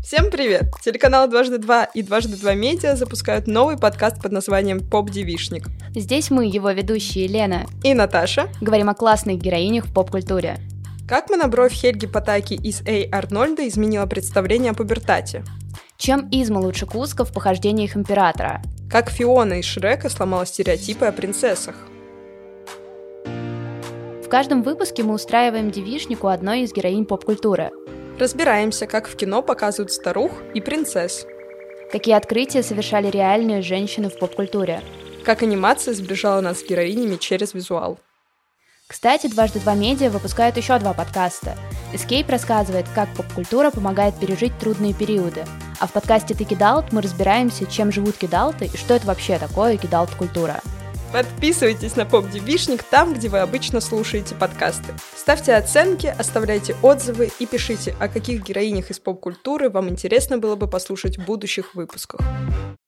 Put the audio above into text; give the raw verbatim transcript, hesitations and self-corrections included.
Всем привет! Телеканал «Дважды два» и «Дважды два Медиа» запускают новый подкаст под названием «Поп-девичник». Здесь мы, его ведущие Лена и Наташа, говорим о классных героинях в поп-культуре. Как монобровь Хельги Потаки из Эй Арнольда изменила представление о пубертате? Чем Изма лучше Куско в похождениях императора? Как Фиона из Шрека сломала стереотипы о принцессах? В каждом выпуске мы устраиваем девичнику одной из героинь поп-культуры. Разбираемся, как в кино показывают старух и принцесс. Какие открытия совершали реальные женщины в поп-культуре. Как анимация сближала нас с героинями через визуал. Кстати, «Дважды два Медиа» выпускает еще два подкаста. Escape рассказывает, как поп-культура помогает пережить трудные периоды. А в подкасте «Ты кидалт» мы разбираемся, чем живут кидалты и что это вообще такое кидалт-культура. Подписывайтесь на Поп-девичник там, где вы обычно слушаете подкасты. Ставьте оценки, оставляйте отзывы и пишите, о каких героинях из поп-культуры вам интересно было бы послушать в будущих выпусках.